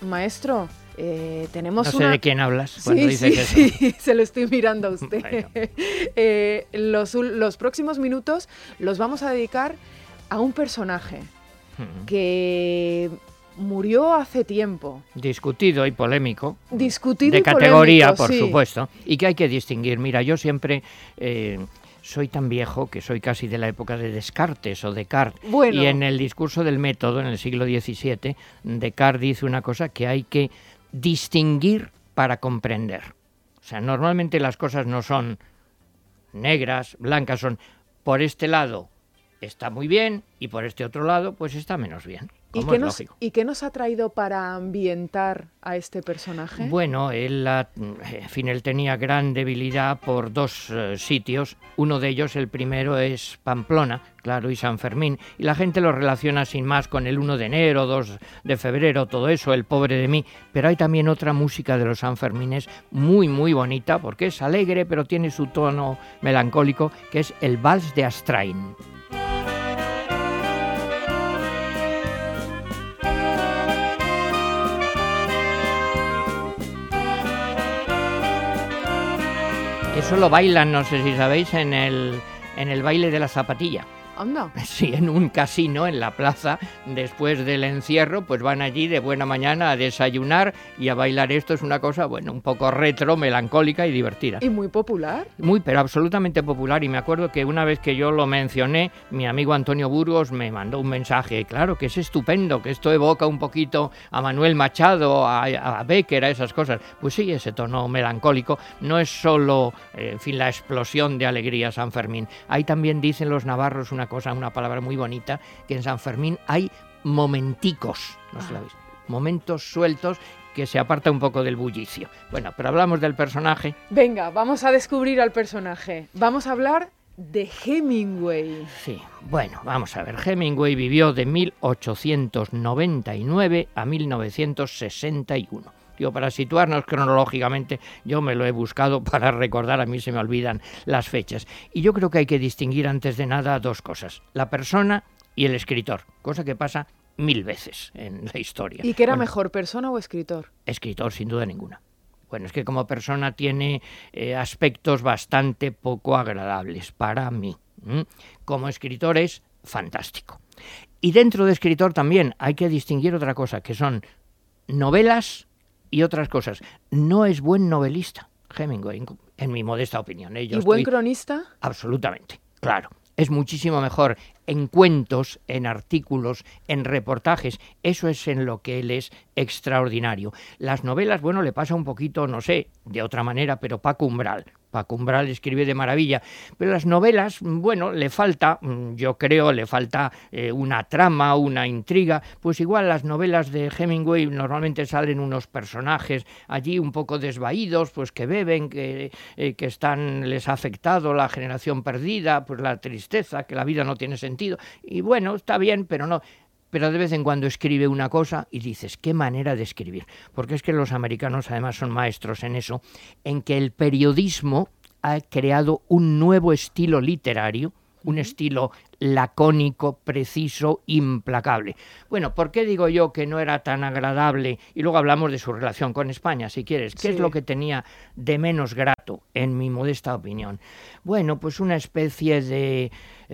maestro, tenemos no sé de quién hablas cuando dices eso. Sí, se lo estoy mirando a usted. Bueno. Los próximos minutos los vamos a dedicar a un personaje que murió hace tiempo. Discutido y polémico. Discutido de y categoría, polémico, por sí. supuesto. Y que hay que distinguir. Mira, yo siempre... soy tan viejo que soy casi de la época de Descartes o Descartes. Bueno. Y en el discurso del método, en el siglo XVII, Descartes dice una cosa, que hay que distinguir para comprender. O sea, normalmente las cosas no son negras, blancas, son por este lado está muy bien y por este otro lado pues está menos bien. ¿Y qué nos ha traído para ambientar a este personaje? Bueno, él tenía gran debilidad por dos sitios. Uno de ellos, el primero, es Pamplona, claro, y San Fermín. Y la gente lo relaciona sin más con el 1 de enero, 2 de febrero, todo eso, el pobre de mí. Pero hay también otra música de los Sanfermines muy, muy bonita, porque es alegre, pero tiene su tono melancólico, que es el Vals de Astrain. Eso lo bailan, no sé si sabéis, en el baile de la zapatilla. Anda. Sí, en un casino en la plaza, después del encierro, pues van allí de buena mañana a desayunar y a bailar. Esto es una cosa, bueno, un poco retro, melancólica y divertida. ¿Y muy popular? Muy, pero absolutamente popular. Y me acuerdo que una vez que yo lo mencioné, mi amigo Antonio Burgos me mandó un mensaje. Claro, que es estupendo, que esto evoca un poquito a Manuel Machado, a Bécquer, a esas cosas. Pues sí, ese tono melancólico no es solo, la explosión de alegría San Fermín. Ahí también dicen los navarros una palabra muy bonita, que en San Fermín hay momenticos, no sé, momentos sueltos que se aparta un poco del bullicio. Bueno, pero hablamos del personaje. Venga, vamos a descubrir al personaje. Vamos a hablar de Hemingway. Sí, bueno, vamos a ver. Hemingway vivió de 1899 a 1961. Digo, para situarnos cronológicamente, yo me lo he buscado para recordar, a mí se me olvidan las fechas. Y yo creo que hay que distinguir antes de nada dos cosas, la persona y el escritor, cosa que pasa 1000 veces en la historia. ¿Y qué era mejor, persona o escritor? Escritor, sin duda ninguna. Bueno, es que como persona tiene aspectos bastante poco agradables para mí. Como escritor es fantástico. Y dentro de escritor también hay que distinguir otra cosa, que son novelas y otras cosas. No es buen novelista, Hemingway, en mi modesta opinión. ¿Y buen cronista? Absolutamente, claro. Es muchísimo mejor en cuentos, en artículos, en reportajes. Eso es en lo que él es extraordinario. Las novelas, bueno, le pasa un poquito, no sé, de otra manera, pero Paco Umbral. Paco Umbral escribe de maravilla, pero las novelas, bueno, le falta, yo creo, una trama, una intriga. Pues igual las novelas de Hemingway normalmente salen unos personajes allí un poco desvaídos, pues que beben, que les ha afectado la generación perdida, pues la tristeza, que la vida no tiene sentido. Y bueno, está bien, pero no... Pero de vez en cuando escribe una cosa y dices, qué manera de escribir. Porque es que los americanos además son maestros en eso, en que el periodismo ha creado un nuevo estilo literario, un estilo lacónico, preciso, implacable. Bueno, ¿por qué digo yo que no era tan agradable? Y luego hablamos de su relación con España, si quieres. ¿Qué es lo que tenía de menos grato, en mi modesta opinión? Bueno, pues una especie de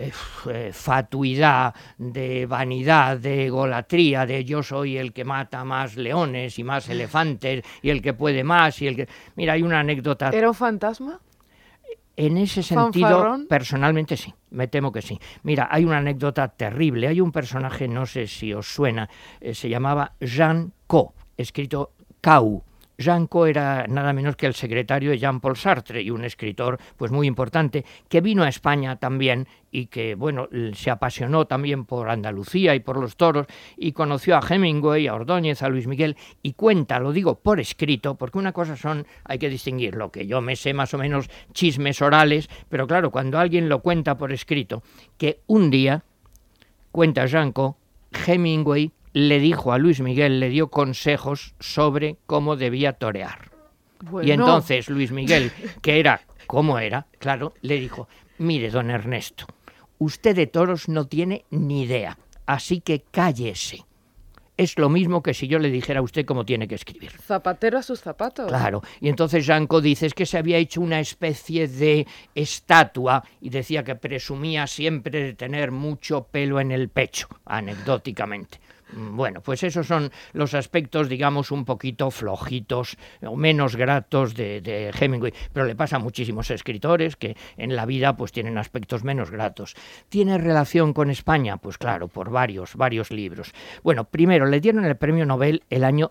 fatuidad, de vanidad, de egolatría, de yo soy el que mata más leones y más elefantes y el que puede más y el que... Mira, hay una anécdota... ¿Era un fantasma? En ese sentido, ¿fanfarrón? Personalmente sí, me temo que sí. Mira, hay una anécdota terrible. Hay un personaje, no sé si os suena, se llamaba Jean Cau, escrito Cau. Jean Cau era nada menos que el secretario de Jean-Paul Sartre y un escritor pues muy importante que vino a España también y que bueno se apasionó también por Andalucía y por los toros y conoció a Hemingway, a Ordóñez, a Luis Miguel y cuenta, lo digo por escrito, porque una cosa hay que distinguir lo que yo me sé más o menos chismes orales, pero claro, cuando alguien lo cuenta por escrito, que un día, cuenta Jean Cau, Hemingway le dijo a Luis Miguel, le dio consejos sobre cómo debía torear. Bueno. Y entonces Luis Miguel, que era como era, claro, le dijo, mire, don Ernesto, usted de toros no tiene ni idea, así que cállese. es lo mismo que si yo le dijera a usted cómo tiene que escribir. Zapatero a sus zapatos. Claro, y entonces Janco dice es que se había hecho una especie de estatua y decía que presumía siempre de tener mucho pelo en el pecho, anecdóticamente. Bueno, pues esos son los aspectos, digamos, un poquito flojitos o menos gratos de Hemingway, pero le pasa a muchísimos escritores que en la vida pues tienen aspectos menos gratos. ¿Tiene relación con España? Pues claro, por varios libros. Bueno, primero le dieron el premio Nobel el año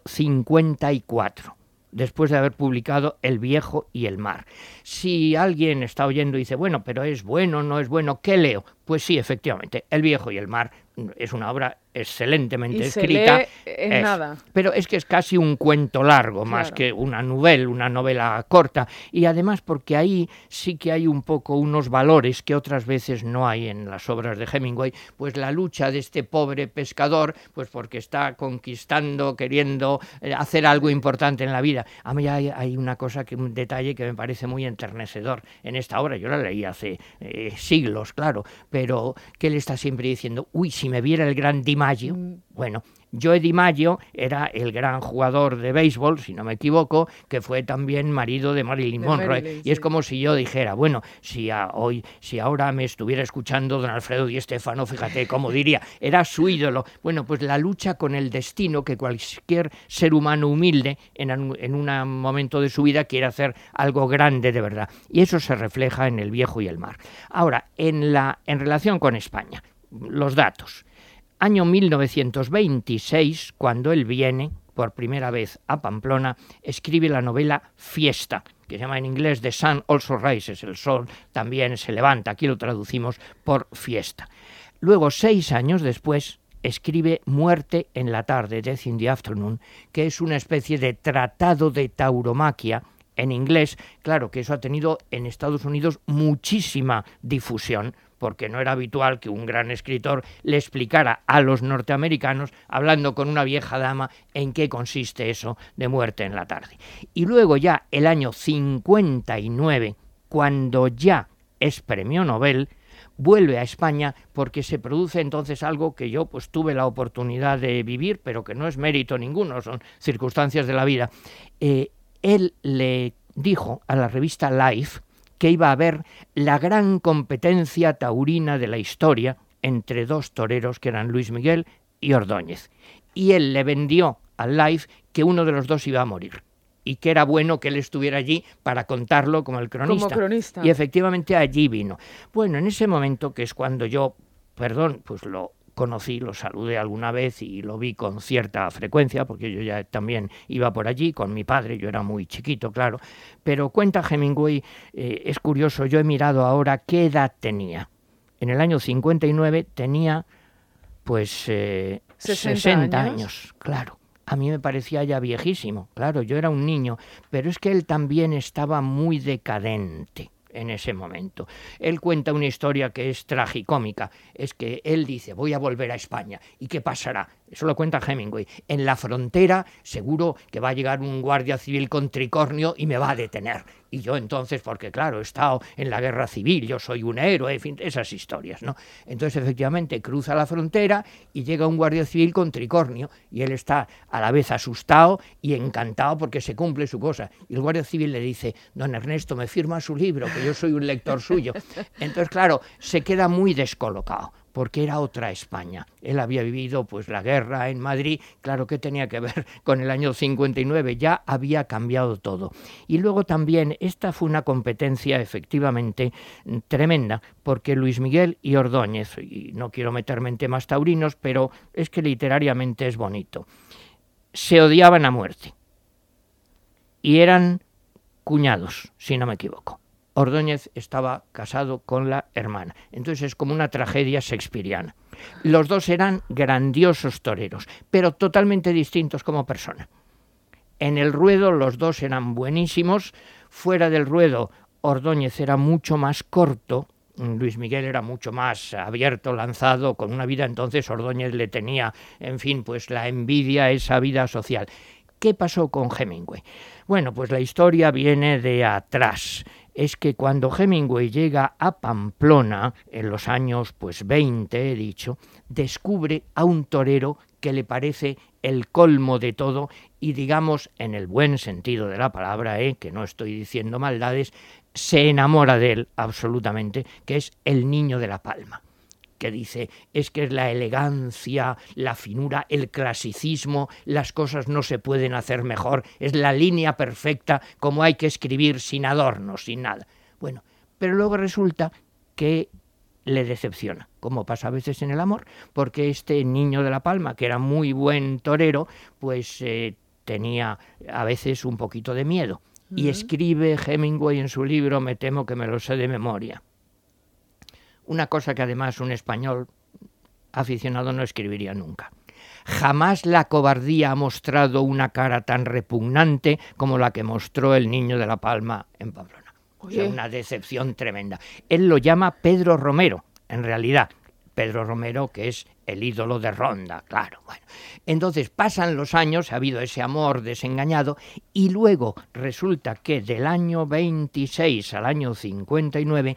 54. Después de haber publicado El viejo y el mar. Si alguien está oyendo y dice, bueno, pero es bueno, no es bueno, ¿qué leo? Pues sí, efectivamente, El viejo y el mar es una obra excelentemente escrita. Se lee en nada. Pero es que es casi un cuento largo, más que una novela corta. Y además porque ahí sí que hay un poco unos valores que otras veces no hay en las obras de Hemingway. Pues la lucha de este pobre pescador, pues porque está conquistando, queriendo hacer algo importante en la vida. A mí hay una cosa, un detalle que me parece muy enternecedor en esta obra. Yo la leí hace siglos, claro, pero que él está siempre diciendo, uy, si me viera el gran DiMaggio. Bueno, Joe DiMaggio era el gran jugador de béisbol, si no me equivoco, que fue también marido de Marilyn Monroe. Y es como si yo dijera, bueno, si ahora me estuviera escuchando don Alfredo Di Stéfano, fíjate cómo diría, era su ídolo. Bueno, pues la lucha con el destino que cualquier ser humano humilde en un momento de su vida quiere hacer algo grande de verdad. Y eso se refleja en El viejo y el mar. Ahora, en relación con España, los datos. Año 1926, cuando él viene por primera vez a Pamplona, escribe la novela Fiesta, que se llama en inglés The Sun Also Rises, el sol también se levanta, aquí lo traducimos por fiesta. Luego, 6 años después, escribe Muerte en la tarde, Death in the Afternoon, que es una especie de tratado de tauromaquia en inglés. Claro que eso ha tenido en Estados Unidos muchísima difusión, porque no era habitual que un gran escritor le explicara a los norteamericanos, hablando con una vieja dama, en qué consiste eso de Muerte en la tarde. Y luego ya el año 59, cuando ya es premio Nobel, vuelve a España porque se produce entonces algo que yo pues tuve la oportunidad de vivir, pero que no es mérito ninguno, son circunstancias de la vida. Él le dijo a la revista Life que iba a haber la gran competencia taurina de la historia entre 2 toreros que eran Luis Miguel y Ordóñez. Y él le vendió al Life que uno de los dos iba a morir y que era bueno que él estuviera allí para contarlo como el cronista. Como cronista. Y efectivamente allí vino. Bueno, en ese momento, que es cuando yo, pues lo conocí, lo saludé alguna vez y lo vi con cierta frecuencia, porque yo ya también iba por allí con mi padre, yo era muy chiquito, claro, pero cuenta Hemingway, es curioso, yo he mirado ahora qué edad tenía. En el año 59 tenía pues 60 años, claro. A mí me parecía ya viejísimo, claro, yo era un niño, pero es que él también estaba muy decadente en ese momento. Él cuenta una historia que es tragicómica, es que él dice, voy a volver a España, ¿y qué pasará? Eso lo cuenta Hemingway. En la frontera seguro que va a llegar un guardia civil con tricornio y me va a detener. Y yo entonces, porque claro, he estado en la guerra civil, yo soy un héroe, en fin, esas historias, ¿no? Entonces efectivamente cruza la frontera y llega un guardia civil con tricornio y él está a la vez asustado y encantado porque se cumple su cosa. Y el guardia civil le dice, don Ernesto, me firma su libro, que yo soy un lector suyo. Entonces claro, se queda muy descolocado, porque era otra España. Él había vivido pues la guerra en Madrid, claro que tenía que ver con el año 59, ya había cambiado todo. Y luego también, esta fue una competencia efectivamente tremenda, porque Luis Miguel y Ordóñez, y no quiero meterme en temas taurinos, pero es que literariamente es bonito, se odiaban a muerte. Y eran cuñados, si no me equivoco. Ordóñez estaba casado con la hermana. Entonces es como una tragedia shakespeariana. Los dos eran grandiosos toreros, pero totalmente distintos como persona. En el ruedo los dos eran buenísimos. Fuera del ruedo, Ordóñez era mucho más corto. Luis Miguel era mucho más abierto, lanzado, con una vida. Entonces Ordóñez le tenía, en fin, pues la envidia, esa vida social. ¿Qué pasó con Hemingway? Bueno, pues la historia viene de atrás. Es que cuando Hemingway llega a Pamplona, en los años 20, he dicho, descubre a un torero que le parece el colmo de todo y, digamos, en el buen sentido de la palabra, que no estoy diciendo maldades, se enamora de él absolutamente, que es el Niño de la Palma, que dice, es que es la elegancia, la finura, el clasicismo, las cosas no se pueden hacer mejor, es la línea perfecta como hay que escribir sin adornos, sin nada. Bueno, pero luego resulta que le decepciona, como pasa a veces en el amor, porque este Niño de la Palma, que era muy buen torero, pues tenía a veces un poquito de miedo. Y escribe Hemingway en su libro, me temo que me lo sé de memoria. Una cosa que además un español aficionado no escribiría nunca. Jamás la cobardía ha mostrado una cara tan repugnante como la que mostró el Niño de la Palma en Pamplona. O sea, una decepción tremenda. Él lo llama Pedro Romero, en realidad. Pedro Romero, que es el ídolo de Ronda, claro. Bueno, entonces pasan los años, ha habido ese amor desengañado, y luego resulta que del año 26 al año 59,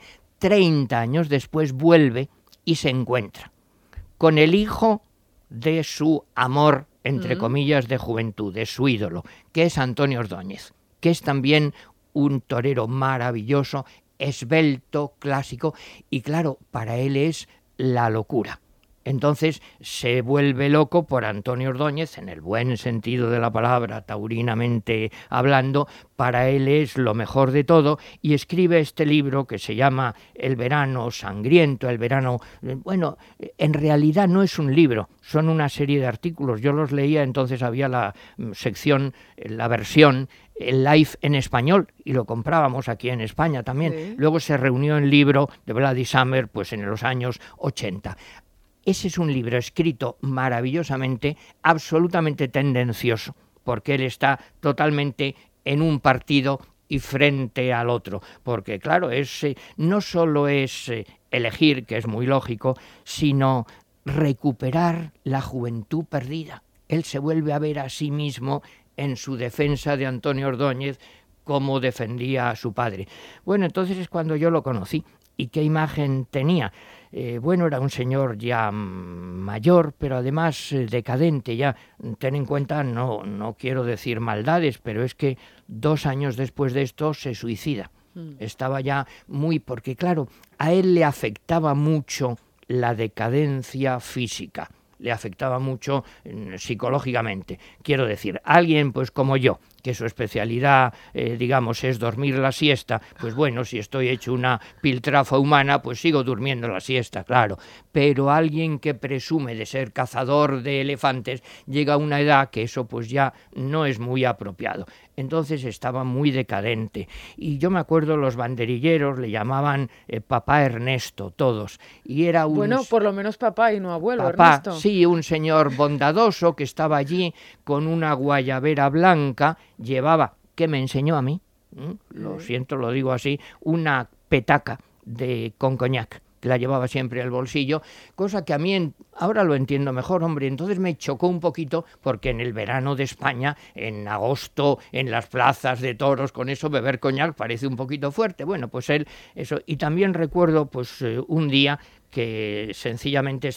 30 años después, vuelve y se encuentra con el hijo de su amor, entre comillas, de juventud, de su ídolo, que es Antonio Ordóñez, que es también un torero maravilloso, esbelto, clásico, y claro, para él es la locura. Entonces se vuelve loco por Antonio Ordóñez, en el buen sentido de la palabra, taurinamente hablando, para él es lo mejor de todo, y escribe este libro que se llama El verano sangriento, el verano... Bueno, en realidad no es un libro, son una serie de artículos. Yo los leía, entonces había la sección, la versión, el Life en español, y lo comprábamos aquí en España también. Sí. Luego se reunió en libro de Bloody Summer, pues en los años 80. Ese es un libro escrito maravillosamente, absolutamente tendencioso, porque él está totalmente en un partido y frente al otro, porque claro, no solo es elegir, que es muy lógico, sino recuperar la juventud perdida. Él se vuelve a ver a sí mismo en su defensa de Antonio Ordóñez, como defendía a su padre. Bueno, entonces es cuando yo lo conocí. ¿Y qué imagen tenía? Bueno, era un señor ya mayor, pero además decadente. Ya, ten en cuenta, no quiero decir maldades, pero es que 2 años después de esto se suicida. Estaba ya porque claro, a él le afectaba mucho la decadencia física. Le afectaba mucho psicológicamente. Quiero decir, alguien pues como yo, que su especialidad, digamos, es dormir la siesta, pues bueno, si estoy hecho una piltrafa humana, pues sigo durmiendo la siesta, claro. Pero alguien que presume de ser cazador de elefantes llega a una edad que eso pues ya no es muy apropiado. Entonces estaba muy decadente. Y yo me acuerdo, los banderilleros le llamaban papá Ernesto, todos. Y era un... Bueno, por lo menos papá y no abuelo, papá, Ernesto. Sí, un señor bondadoso que estaba allí con una guayabera blanca, llevaba, que me enseñó a mí, lo siento, lo digo así, una petaca con coñac, que la llevaba siempre al bolsillo, cosa que a mí ahora lo entiendo mejor, hombre. Entonces me chocó un poquito, porque en el verano de España, en agosto, en las plazas de toros, con eso beber coñac parece un poquito fuerte. Bueno, pues él, eso. Y también recuerdo, pues un día que sencillamente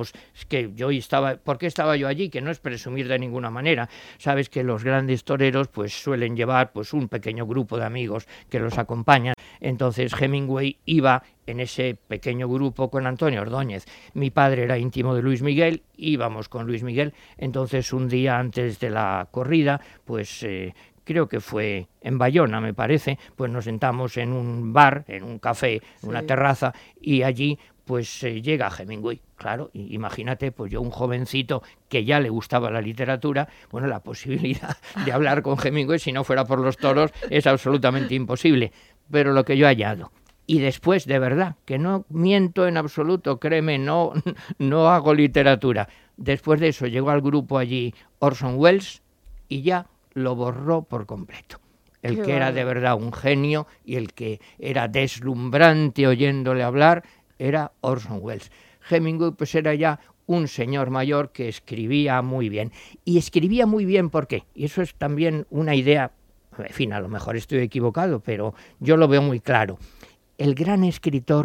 ¿por qué estaba yo allí? Que no es presumir de ninguna manera. Sabes que los grandes toreros pues suelen llevar pues un pequeño grupo de amigos que los acompañan. Entonces Hemingway iba en ese pequeño grupo con Antonio Ordóñez. Mi padre era íntimo de Luis Miguel, íbamos con Luis Miguel. Entonces un día antes de la corrida, pues... creo que fue en Bayona, me parece, pues nos sentamos en un bar, en un café, en una terraza, y allí pues llega Hemingway. Claro, imagínate, pues yo, un jovencito que ya le gustaba la literatura, bueno, la posibilidad de hablar con Hemingway, si no fuera por los toros, es absolutamente imposible. Pero lo que yo he hallado, y después, de verdad, que no miento en absoluto, créeme, no hago literatura. Después de eso llegó al grupo allí Orson Welles y ya lo borró por completo. El que era de verdad un genio y el que era deslumbrante oyéndole hablar era Orson Welles. Hemingway pues era ya un señor mayor que escribía muy bien. Y escribía muy bien, ¿por qué? Y eso es también una idea, en fin, a lo mejor estoy equivocado, pero yo lo veo muy claro. El gran escritor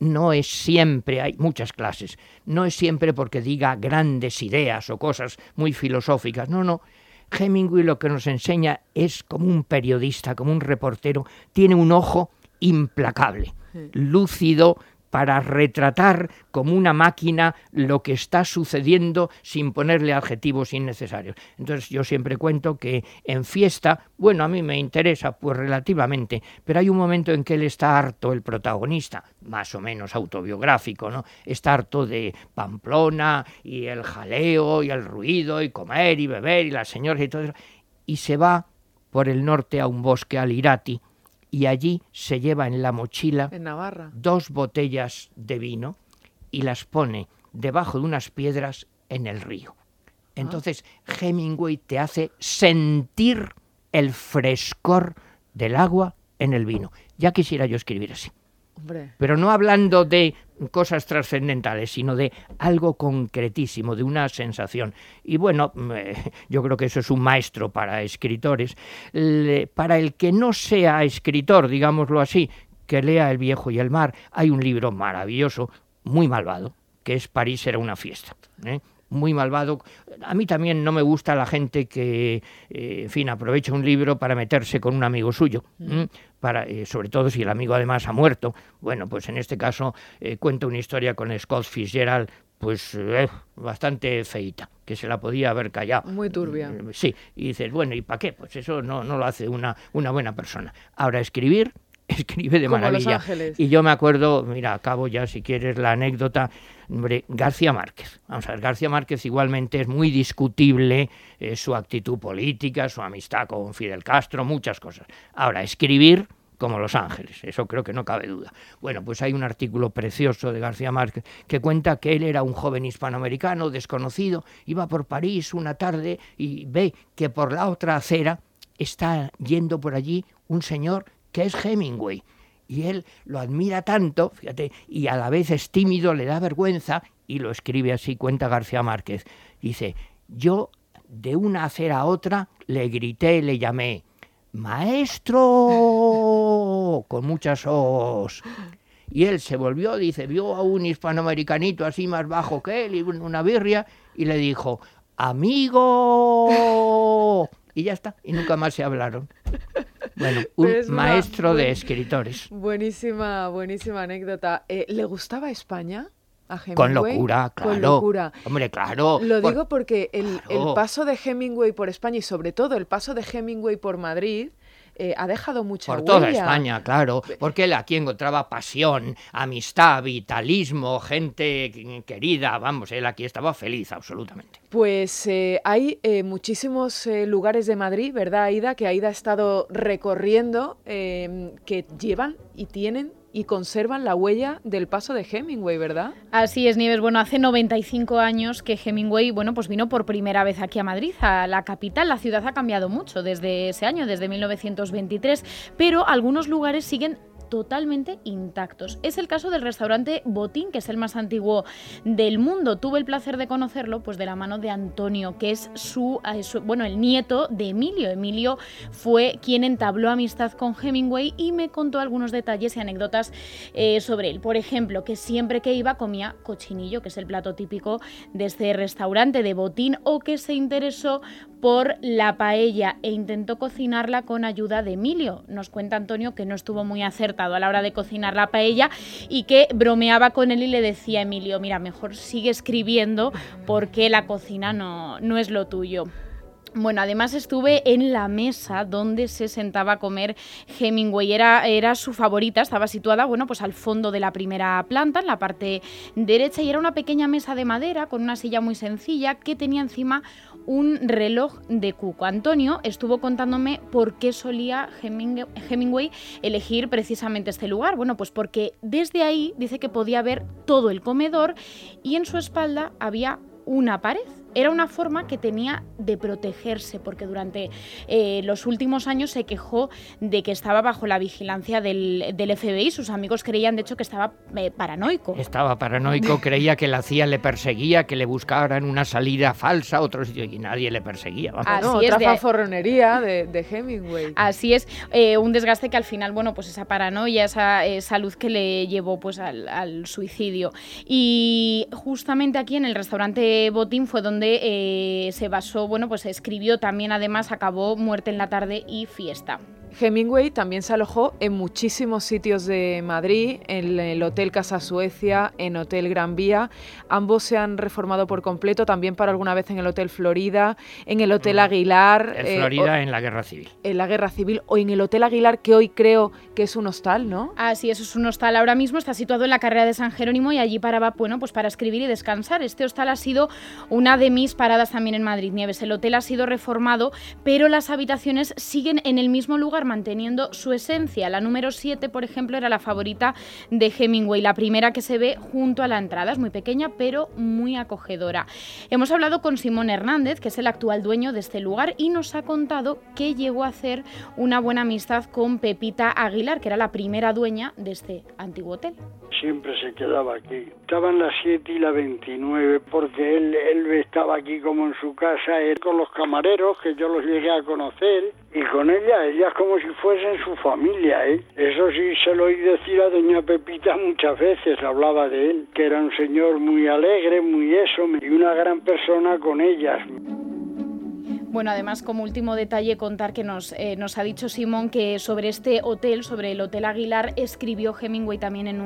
no es siempre, hay muchas clases, no es siempre porque diga grandes ideas o cosas muy filosóficas, no. Hemingway lo que nos enseña es como un periodista, como un reportero, tiene un ojo implacable, lúcido, para retratar como una máquina lo que está sucediendo sin ponerle adjetivos innecesarios. Entonces yo siempre cuento que en Fiesta, bueno, a mí me interesa pues relativamente, pero hay un momento en que él está harto, el protagonista, más o menos autobiográfico, ¿no? Está harto de Pamplona y el jaleo y el ruido y comer y beber y las señoras y todo eso, y se va por el norte a un bosque, al Irati, y allí se lleva en la mochila en Navarra 2 botellas de vino y las pone debajo de unas piedras en el río. Entonces Hemingway te hace sentir el frescor del agua en el vino. Ya quisiera yo escribir así. Hombre. Pero no hablando de cosas trascendentales, sino de algo concretísimo, de una sensación. Y bueno, yo creo que eso es un maestro para escritores. Para el que no sea escritor, digámoslo así, que lea El viejo y el mar, hay un libro maravilloso, muy malvado, que es París era una fiesta, muy malvado. A mí también no me gusta la gente que, en fin, aprovecha un libro para meterse con un amigo suyo, sobre todo si el amigo además ha muerto. Bueno, pues en este caso cuenta una historia con Scott Fitzgerald, pues bastante feita, que se la podía haber callado. Muy turbia. Sí, y dices, bueno, ¿y para qué? Pues eso no lo hace una buena persona. Ahora escribe de como maravilla. Los Ángeles. Y yo me acuerdo, mira, acabo ya si quieres la anécdota, hombre, García Márquez. Vamos a ver, García Márquez igualmente es muy discutible su actitud política, su amistad con Fidel Castro, muchas cosas. Ahora, escribir como Los Ángeles, eso creo que no cabe duda. Bueno, pues hay un artículo precioso de García Márquez que cuenta que él era un joven hispanoamericano desconocido, iba por París una tarde y ve que por la otra acera está yendo por allí un señor que es Hemingway, y él lo admira tanto, fíjate, y a la vez es tímido, le da vergüenza, y lo escribe así, cuenta García Márquez. Dice, yo de una acera a otra le grité, le llamé, ¡maestro! Con muchas os. Y él se volvió, dice, vio a un hispanoamericanito así más bajo que él, y una birria, y le dijo, ¡amigo! Y ya está, y nunca más se hablaron. Bueno, un maestro de escritores. Buenísima anécdota. ¿Le gustaba España a Hemingway? Con locura, claro. Con locura. Hombre, claro. Lo digo porque el paso de Hemingway por España y sobre todo el paso de Hemingway por Madrid ha dejado mucha huella. Por toda España, claro, porque él aquí encontraba pasión, amistad, vitalismo, gente querida, vamos, él aquí estaba feliz absolutamente. Pues hay muchísimos lugares de Madrid, ¿verdad, Aida? Que Aida ha estado recorriendo, que llevan y tienen y conservan la huella del paso de Hemingway, ¿verdad? Así es, Nieves. Bueno, hace 95 años que Hemingway, bueno, pues vino por primera vez aquí a Madrid, a la capital. La ciudad ha cambiado mucho desde ese año, desde 1923, pero algunos lugares siguen totalmente intactos. Es el caso del restaurante Botín, que es el más antiguo del mundo. Tuve el placer de conocerlo pues de la mano de Antonio, que es el nieto de Emilio. Emilio fue quien entabló amistad con Hemingway y me contó algunos detalles y anécdotas sobre él. Por ejemplo, que siempre que iba comía cochinillo, que es el plato típico de este restaurante de Botín, o que se interesó por la paella e intentó cocinarla con ayuda de Emilio. Nos cuenta Antonio que no estuvo muy acertado a la hora de cocinar la paella y que bromeaba con él y le decía a Emilio, mira, mejor sigue escribiendo porque la cocina no es lo tuyo. Bueno, además estuve en la mesa donde se sentaba a comer Hemingway. Era su favorita, estaba situada, bueno, pues al fondo de la primera planta, en la parte derecha, y era una pequeña mesa de madera con una silla muy sencilla que tenía encima un reloj de cuco. Antonio estuvo contándome por qué solía Hemingway elegir precisamente este lugar. Bueno, pues porque desde ahí dice que podía ver todo el comedor y en su espalda había una pared era una forma que tenía de protegerse, porque durante los últimos años se quejó de que estaba bajo la vigilancia del FBI. Sus amigos creían, de hecho, que estaba paranoico. Estaba paranoico, creía que la CIA le perseguía, que le buscaran una salida falsa a otro sitio, y nadie le perseguía. Otra fanfarronería de Hemingway. Así es, un desgaste que al final, bueno, pues esa paranoia, esa luz que le llevó pues al suicidio. Y justamente aquí en el restaurante Botín fue donde se basó, bueno, pues escribió también, además acabó Muerte en la tarde y Fiesta. Hemingway también se alojó en muchísimos sitios de Madrid, en el Hotel Casa Suecia, en Hotel Gran Vía. Ambos se han reformado por completo, también para alguna vez en el Hotel Florida, en el Hotel Aguilar. El Florida en la Guerra Civil. En la Guerra Civil, o en el Hotel Aguilar, que hoy creo que es un hostal, ¿no? Sí, eso es un hostal ahora mismo, está situado en la carrera de San Jerónimo y allí paraba, bueno, pues para escribir y descansar. Este hostal ha sido una de mis paradas también en Madrid, Nieves. El hotel ha sido reformado, pero las habitaciones siguen en el mismo lugar, manteniendo su esencia. La número 7, por ejemplo, era la favorita de Hemingway, la primera que se ve junto a la entrada. Es muy pequeña, pero muy acogedora. Hemos hablado con Simón Hernández, que es el actual dueño de este lugar, y nos ha contado que llegó a hacer una buena amistad con Pepita Aguilar, que era la primera dueña de este antiguo hotel. Siempre se quedaba aquí. Estaban las 7 y las 29, porque él estaba aquí como en su casa, él con los camareros, que yo los llegué a conocer, y con ella como si fuesen su familia, ¿eh? Eso sí se lo oí decir a doña Pepita muchas veces, hablaba de él, que era un señor muy alegre, muy eso, y una gran persona con ellas. Bueno, además, como último detalle, contar que nos ha dicho Simón que sobre este hotel, sobre el Hotel Aguilar, escribió Hemingway también en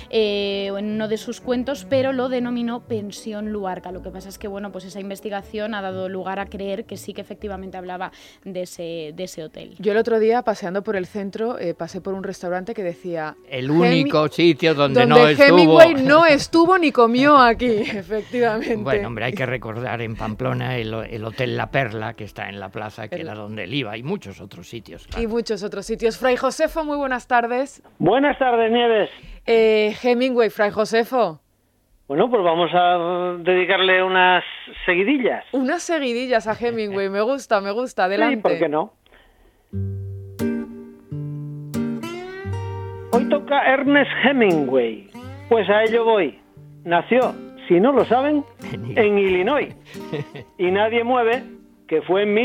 uno de sus cuentos, pero lo denominó Pensión Luarca. Lo que pasa es que, bueno, pues esa investigación ha dado lugar a creer que sí que efectivamente hablaba de ese hotel. Yo el otro día, paseando por el centro, pasé por un restaurante que decía... El único sitio donde no estuvo. Hemingway no estuvo ni comió aquí, efectivamente. Bueno, hombre, hay que recordar en Pamplona el Hotel La Perla, que está en la plaza, que era donde él iba, y muchos otros sitios. Claro. Y muchos otros sitios. Fray Josefo, muy buenas tardes. Buenas tardes, Nieves. Hemingway, Fray Josefo. Bueno, pues vamos a dedicarle unas seguidillas. Unas seguidillas a Hemingway, me gusta, adelante. Sí, ¿por qué no? Hoy toca Ernest Hemingway, pues a ello voy. Nació, si no lo saben, en Illinois, y nadie mueve que fue en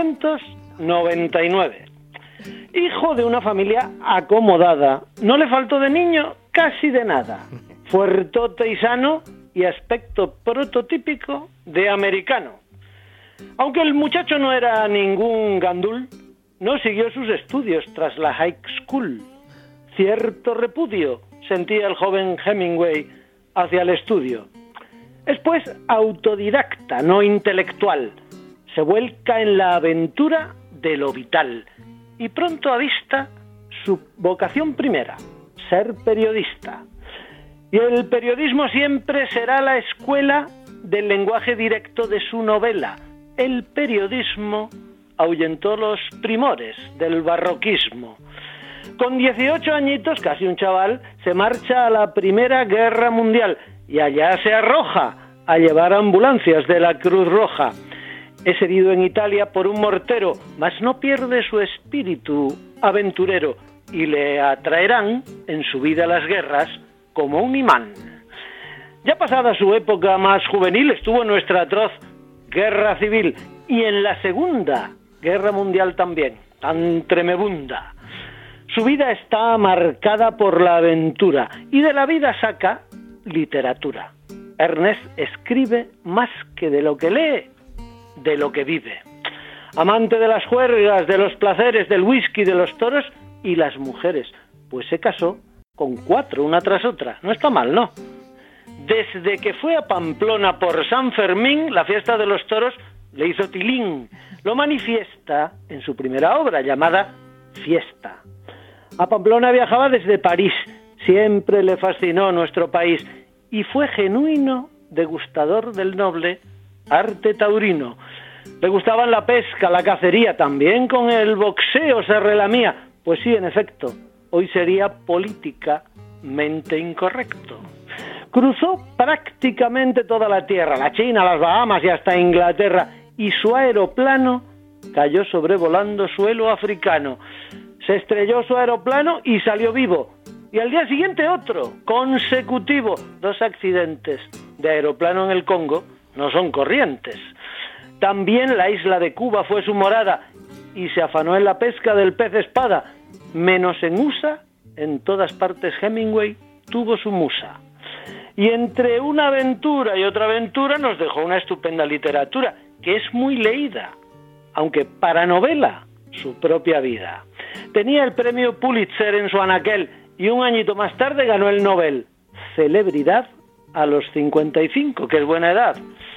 1899. Hijo de una familia acomodada, no le faltó de niño casi de nada. Fuertote y sano y aspecto prototípico de americano. Aunque el muchacho no era ningún gandul, no siguió sus estudios tras la high school. Cierto repudio sentía el joven Hemingway hacia el estudio. Es pues autodidacta, no intelectual. Se vuelca en la aventura de lo vital y pronto avista su vocación primera, ser periodista. Y el periodismo siempre será la escuela del lenguaje directo de su novela. El periodismo ahuyentó los primores del barroquismo. Con 18 añitos, casi un chaval, se marcha a la Primera Guerra Mundial y allá se arroja a llevar ambulancias de la Cruz Roja. Es herido en Italia por un mortero, mas no pierde su espíritu aventurero y le atraerán en su vida las guerras como un imán. Ya pasada su época más juvenil, estuvo en nuestra atroz Guerra Civil y en la Segunda Guerra Mundial también, tan tremebunda. Su vida está marcada por la aventura y de la vida saca literatura. Ernest escribe más que de lo que lee, de lo que vive. Amante de las juergas, de los placeres, del whisky, de los toros y las mujeres, pues se casó con 4, una tras otra. No está mal, ¿no? Desde que fue a Pamplona por San Fermín, la fiesta de los toros le hizo tilín. Lo manifiesta en su primera obra, llamada Fiesta. A Pamplona viajaba desde París. Siempre le fascinó nuestro país y fue genuino degustador del noble arte taurino. Le gustaban la pesca, la cacería, también con el boxeo se relamía. Pues sí, en efecto, hoy sería políticamente incorrecto. Cruzó prácticamente toda la Tierra, la China, las Bahamas y hasta Inglaterra, y su aeroplano cayó sobrevolando suelo africano. Se estrelló su aeroplano y salió vivo. Y al día siguiente otro, consecutivo. 2 accidentes de aeroplano en el Congo no son corrientes. También la isla de Cuba fue su morada y se afanó en la pesca del pez espada. Menos en USA, en todas partes Hemingway tuvo su musa. Y entre una aventura y otra aventura nos dejó una estupenda literatura, que es muy leída, aunque para novela, su propia vida. Tenía el premio Pulitzer en su anaquel y un añito más tarde ganó el Nobel. Celebridad a los 55, que es buena edad.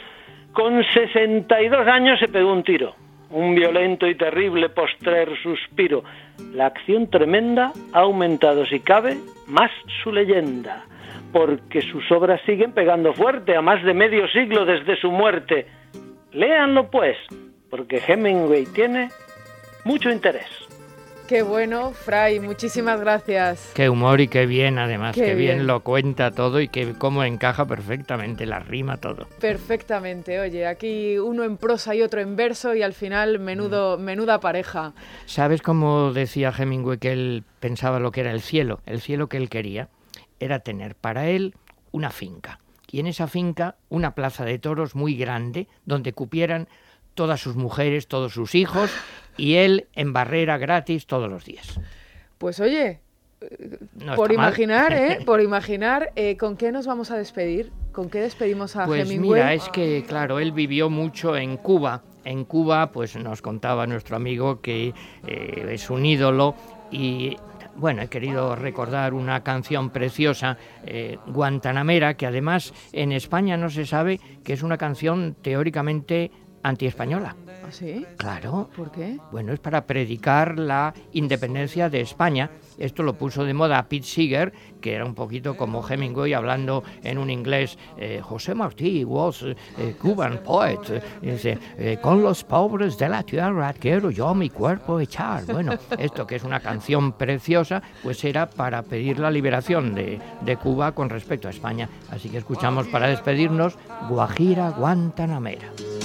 Con 62 años se pegó un tiro, un violento y terrible postrer suspiro. La acción tremenda ha aumentado, si cabe, más su leyenda, porque sus obras siguen pegando fuerte a más de medio siglo desde su muerte. Léanlo pues, porque Hemingway tiene mucho interés. Qué bueno, Fray, muchísimas gracias. Qué humor y qué bien, además, Qué qué bien bien lo cuenta todo y que cómo encaja perfectamente, la rima, todo. Perfectamente, oye, aquí uno en prosa y otro en verso y al final menuda pareja. ¿Sabes cómo decía Hemingway que él pensaba lo que era el cielo? El cielo que él quería era tener para él una finca. Y en esa finca una plaza de toros muy grande donde cupieran todas sus mujeres, todos sus hijos y él en barrera gratis todos los días. Pues oye, No por está mal. imaginar, por imaginar, ¿con qué nos vamos a despedir? ¿Con qué despedimos a Pues Hemingway? mira, es que claro, él vivió mucho en Cuba. En Cuba, pues nos contaba nuestro amigo que es un ídolo y bueno, he querido recordar una canción preciosa, Guantanamera, que además en España no se sabe que es una canción teóricamente antiespañola. ¿Ah, sí? Claro. ¿Por qué? Bueno, es para predicar la independencia de España. Esto lo puso de moda Pete Seeger, que era un poquito como Hemingway hablando en un inglés. José Martí was a Cuban poet. Dice, con los pobres de la tierra quiero yo mi cuerpo echar. Bueno, esto que es una canción preciosa, pues era para pedir la liberación de Cuba con respecto a España. Así que escuchamos para despedirnos Guajira Guantanamera.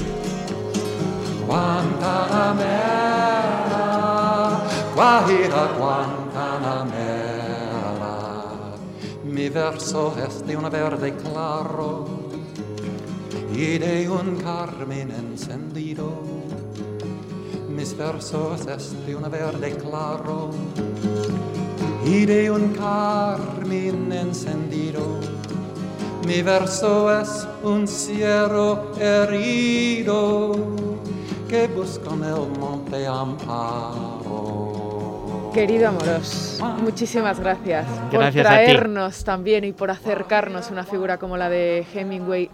Guantanamera, Guajira Guantanamera, mi verso es de un verde claro y de un carmín encendido. Mis versos es de un verde claro y de un carmín encendido. Mi verso es un cielo herido que busca en el monte amparo. Querido Amorós, muchísimas gracias por Gracias a ti. traernos también y por acercarnos una figura como la de Hemingway